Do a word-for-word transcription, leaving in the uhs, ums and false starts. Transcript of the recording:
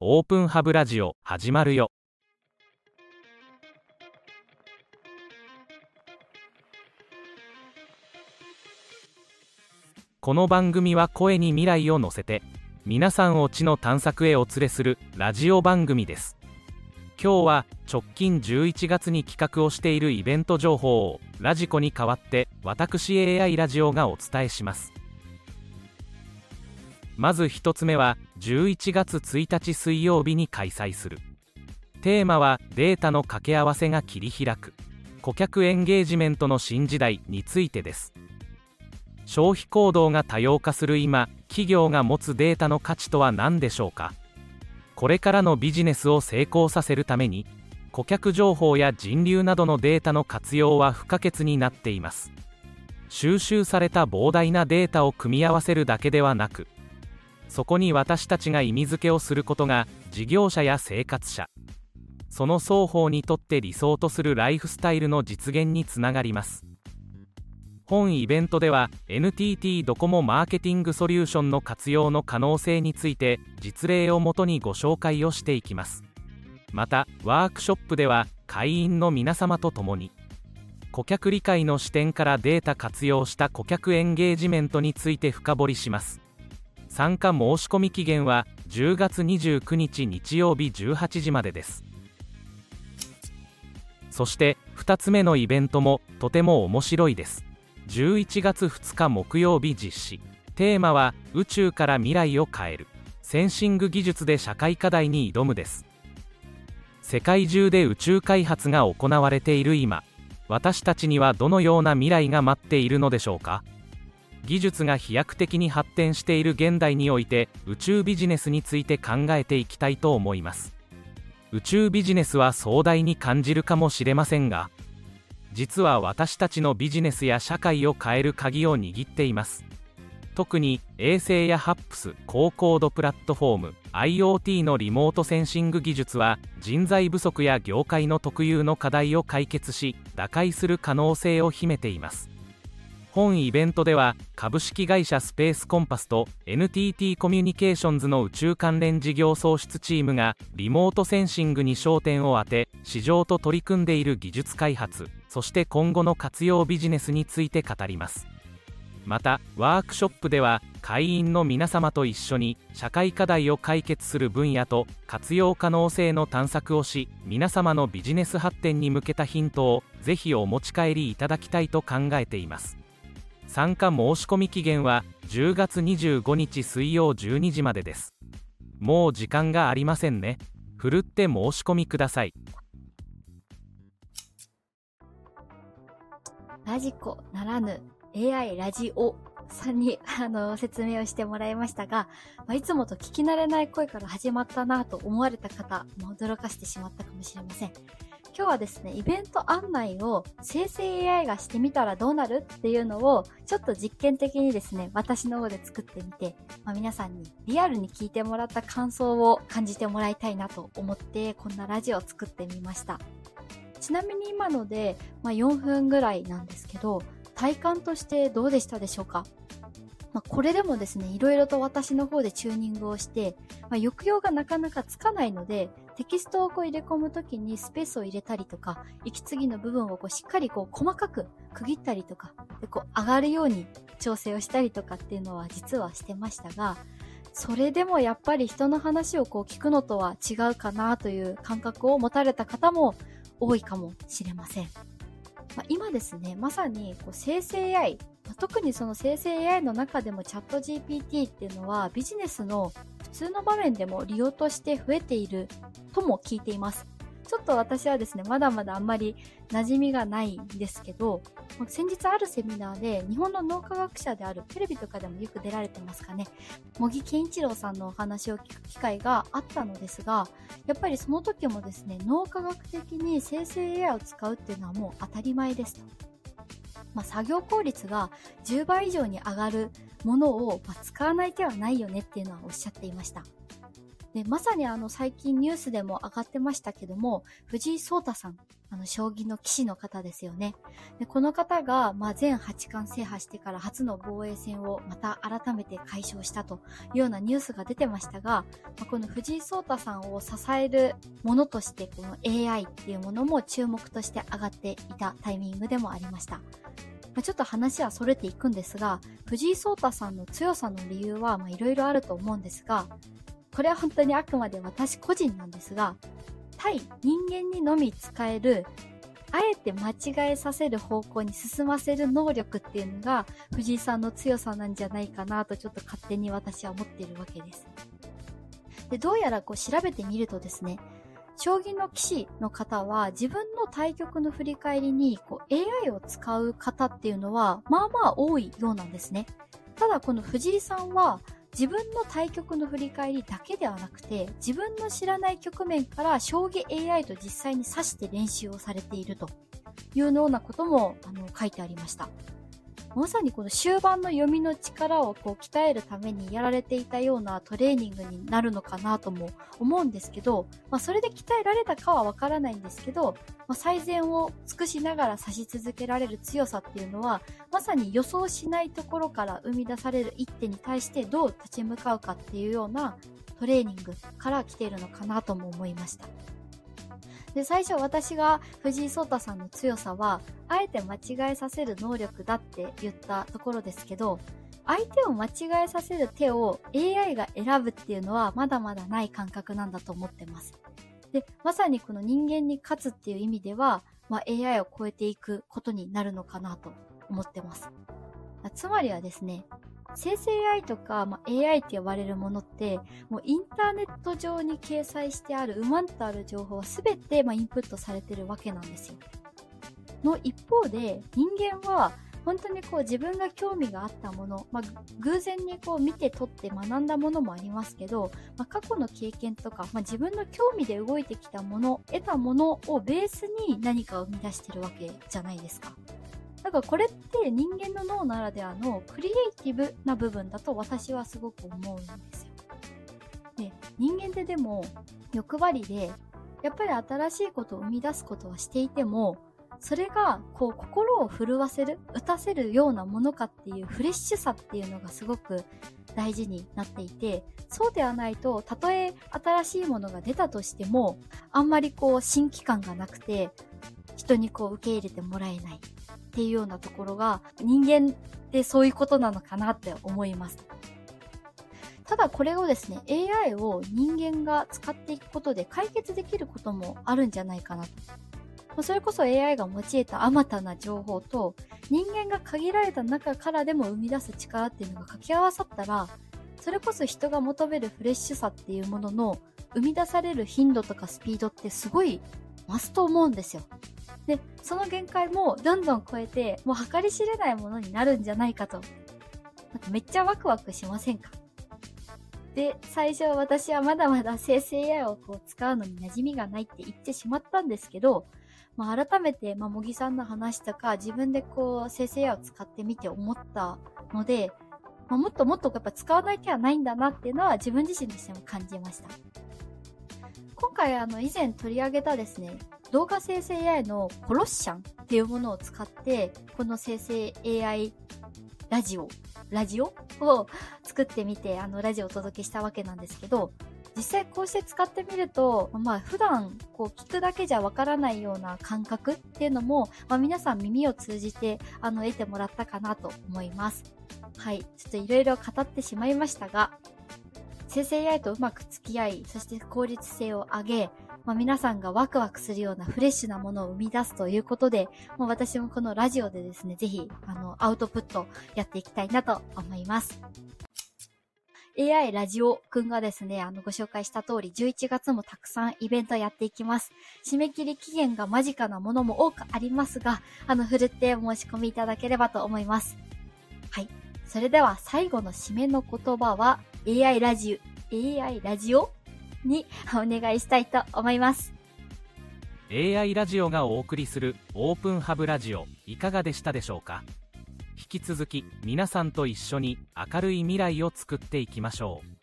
オープンハブラジオ始まるよ。この番組は声に未来を乗せて皆さんを知の探索へお連れするラジオ番組です。今日は直近じゅういちがつに企画をしているイベント情報をラジコに代わって私 エーアイ ラジオがお伝えします。まずひとつめはじゅういちがつついたち水曜日に開催する。テーマはデータの掛け合わせが切り開く顧客エンゲージメントの新時代についてです。消費行動が多様化する今、企業が持つデータの価値とは何でしょうか。これからのビジネスを成功させるために顧客情報や人流などのデータの活用は不可欠になっています。収集された膨大なデータを組み合わせるだけではなく、そこに私たちが意味付けをすることが事業者や生活者、その双方にとって理想とするライフスタイルの実現につながります。本イベントでは エヌティーティー ドコモマーケティングソリューションの活用の可能性について実例をもとにご紹介をしていきます。またワークショップでは会員の皆様と共に顧客理解の視点からデータ活用した顧客エンゲージメントについて深掘りします。参加申し込み期限はじゅうがつにじゅうくにち日曜日じゅうはちじまでです。そしてふたつめのイベントもとても面白いです。じゅういちがつふつか木曜日実施。テーマは宇宙から未来を変えるセンシング技術で社会課題に挑むです。世界中で宇宙開発が行われている今、私たちにはどのような未来が待っているのでしょうか。技術が飛躍的に発展している現代において宇宙ビジネスについて考えていきたいと思います。宇宙ビジネスは壮大に感じるかもしれませんが、実は私たちのビジネスや社会を変える鍵を握っています。特に衛星やハップス、高高度プラットフォーム、アイオーティー のリモートセンシング技術は人材不足や業界の特有の課題を解決し打開する可能性を秘めています。本イベントでは株式会社スペースコンパスと エヌティーティー コミュニケーションズの宇宙関連事業創出チームがリモートセンシングに焦点を当て、市場と取り組んでいる技術開発、そして今後の活用ビジネスについて語ります。またワークショップでは会員の皆様と一緒に社会課題を解決する分野と活用可能性の探索をし、皆様のビジネス発展に向けたヒントをぜひお持ち帰りいただきたいと考えています。参加申し込み期限はじゅうがつにじゅうごにち水曜じゅうにじまでです。もう時間がありませんね。ふるって申し込みください。 ラジコならぬ エーアイ ラジオさんにあの説明をしてもらいましたが、まあ、いつもと聞き慣れない声から始まったなと思われた方も驚かしてしまったかもしれません。今日はですね、イベント案内を生成 エーアイ がしてみたらどうなるっていうのをちょっと実験的にですね、私の方で作ってみて、まあ、皆さんにリアルに聞いてもらった感想を感じてもらいたいなと思ってこんなラジオを作ってみました。ちなみに今ので、まあ、よんぷんぐらいなんですけど、体感としてどうでしたでしょうか。まあ、これでもですね、いろいろと私の方でチューニングをして、まあ、抑揚がなかなかつかないので、テキストをこう入れ込むときにスペースを入れたりとか、息継ぎの部分をこうしっかりこう細かく区切ったりとか、でこう上がるように調整をしたりとかっていうのは実はしてましたが、それでもやっぱり人の話をこう聞くのとは違うかなという感覚を持たれた方も多いかもしれません。まあ、今ですね、まさにこう生成 エーアイ、まあ、特にその生成 エーアイ の中でもチャット ジーピーティー っていうのはビジネスの普通の場面でも利用として増えているとも聞いています。ちょっと私はですね、まだまだあんまり馴染みがないんですけど、先日あるセミナーで日本の脳科学者である、テレビとかでもよく出られてますかね、茂木健一郎さんのお話を聞く機会があったのですが、やっぱりその時もですね、脳科学的に生成 エーアイ を使うっていうのはもう当たり前ですと。まあ、作業効率がじゅうばい以上に上がるものを、まあ、使わない手はないよねっていうのはおっしゃっていました。 で、まさにあの最近ニュースでも上がってましたけども、藤井聡太さん、あの将棋の棋士の方ですよね。で、この方が、まあ、全八冠制覇してから初の防衛戦をまた改めて解消したというようなニュースが出てましたが、まあ、この藤井聡太さんを支えるものとして、この エーアイ っていうものも注目として上がっていたタイミングでもありました。まあ、ちょっと話はそれていくんですが、藤井聡太さんの強さの理由は、まあ、いろいろあると思うんですが、これは本当にあくまで私個人なんですが、対人間にのみ使える、あえて間違えさせる方向に進ませる能力っていうのが藤井さんの強さなんじゃないかなとちょっと勝手に私は思っているわけです。で、どうやらこう調べてみるとですね、将棋の棋士の方は自分の対局の振り返りにこう エーアイ を使う方っていうのはまあまあ多いようなんですね。ただこの藤井さんは自分の対局の振り返りだけではなくて、自分の知らない局面から将棋 エーアイ と実際に指して練習をされているというようなこともあの書いてありました。まさにこの終盤の読みの力をこう鍛えるためにやられていたようなトレーニングになるのかなとも思うんですけど、まあ、それで鍛えられたかはわからないんですけど、まあ、最善を尽くしながら指し続けられる強さっていうのは、まさに予想しないところから生み出される一手に対してどう立ち向かうかっていうようなトレーニングから来ているのかなとも思いました。で、最初私が藤井聡太さんの強さは、あえて間違えさせる能力だって言ったところですけど、相手を間違えさせる手を エーアイ が選ぶっていうのはまだまだない感覚なんだと思ってます。で、まさにこの人間に勝つっていう意味では、まあ、エーアイ を超えていくことになるのかなと思ってます。つまりはですね、生成 エーアイ とか、まあ、エーアイ って呼ばれるものって、もうインターネット上に掲載してあるうまんとある情報はすべて、まあ、インプットされてるわけなんですよ。の一方で、人間は本当にこう自分が興味があったもの、まあ、偶然にこう見て取って学んだものもありますけど、まあ、過去の経験とか、まあ、自分の興味で動いてきたもの、得たものをベースに何かを生み出してるわけじゃないですか。だからこれって人間の脳ならではのクリエイティブな部分だと私はすごく思うんですよ。で、人間ってでも欲張りで、やっぱり新しいことを生み出すことはしていても、それがこう心を震わせる、打たせるようなものかっていうフレッシュさっていうのがすごく大事になっていて、そうではないと、たとえ新しいものが出たとしても、あんまりこう新規感がなくて、人にこう受け入れてもらえないっていうようなところが、人間ってそういうことなのかなって思います。ただこれをですね、エーアイ を人間が使っていくことで解決できることもあるんじゃないかなと。それこそ エーアイ が用いたあまたな情報と人間が限られた中からでも生み出す力っていうのが掛け合わさったら、それこそ人が求めるフレッシュさっていうものの生み出される頻度とかスピードってすごい増すと思うんですよ。で、その限界もどんどん超えて、もう計り知れないものになるんじゃないかと。なんかめっちゃワクワクしませんか？で、最初私はまだまだ生成 エーアイ をこう使うのに馴染みがないって言ってしまったんですけど、まあ、改めて、まあ、茂木さんの話とか自分でこう生成 エーアイ を使ってみて思ったので、まあ、もっともっとやっぱ使わない手はないんだなっていうのは自分自身としても感じました。今回あの以前取り上げたですね、動画生成 エーアイ のコロッシャンっていうものを使ってこの生成 エーアイ ラジオラジオを作ってみて、あのラジオをお届けしたわけなんですけど、実際こうして使ってみると、まあ普段こう聞くだけじゃわからないような感覚っていうのも、まあ、皆さん耳を通じてあの得てもらったかなと思います。はい、ちょっといろいろ語ってしまいましたが、生成 エーアイ とうまく付き合い、そして効率性を上げ、まあ、皆さんがワクワクするようなフレッシュなものを生み出すということで、もう私もこのラジオでですね、ぜひあのアウトプットやっていきたいなと思います。エーアイ ラジオくんがですね、あのご紹介した通りじゅういちがつもたくさんイベントやっていきます。締め切り期限が間近なものも多くありますが、あのふるってお申し込みいただければと思います。はい。それでは最後の締めの言葉は エーアイ ラジオ、エーアイ ラジオにお願いしたいと思います。 エーアイ ラジオがお送りするオープンハブラジオ、いかがでしたでしょうか？引き続き皆さんと一緒に明るい未来を作っていきましょう。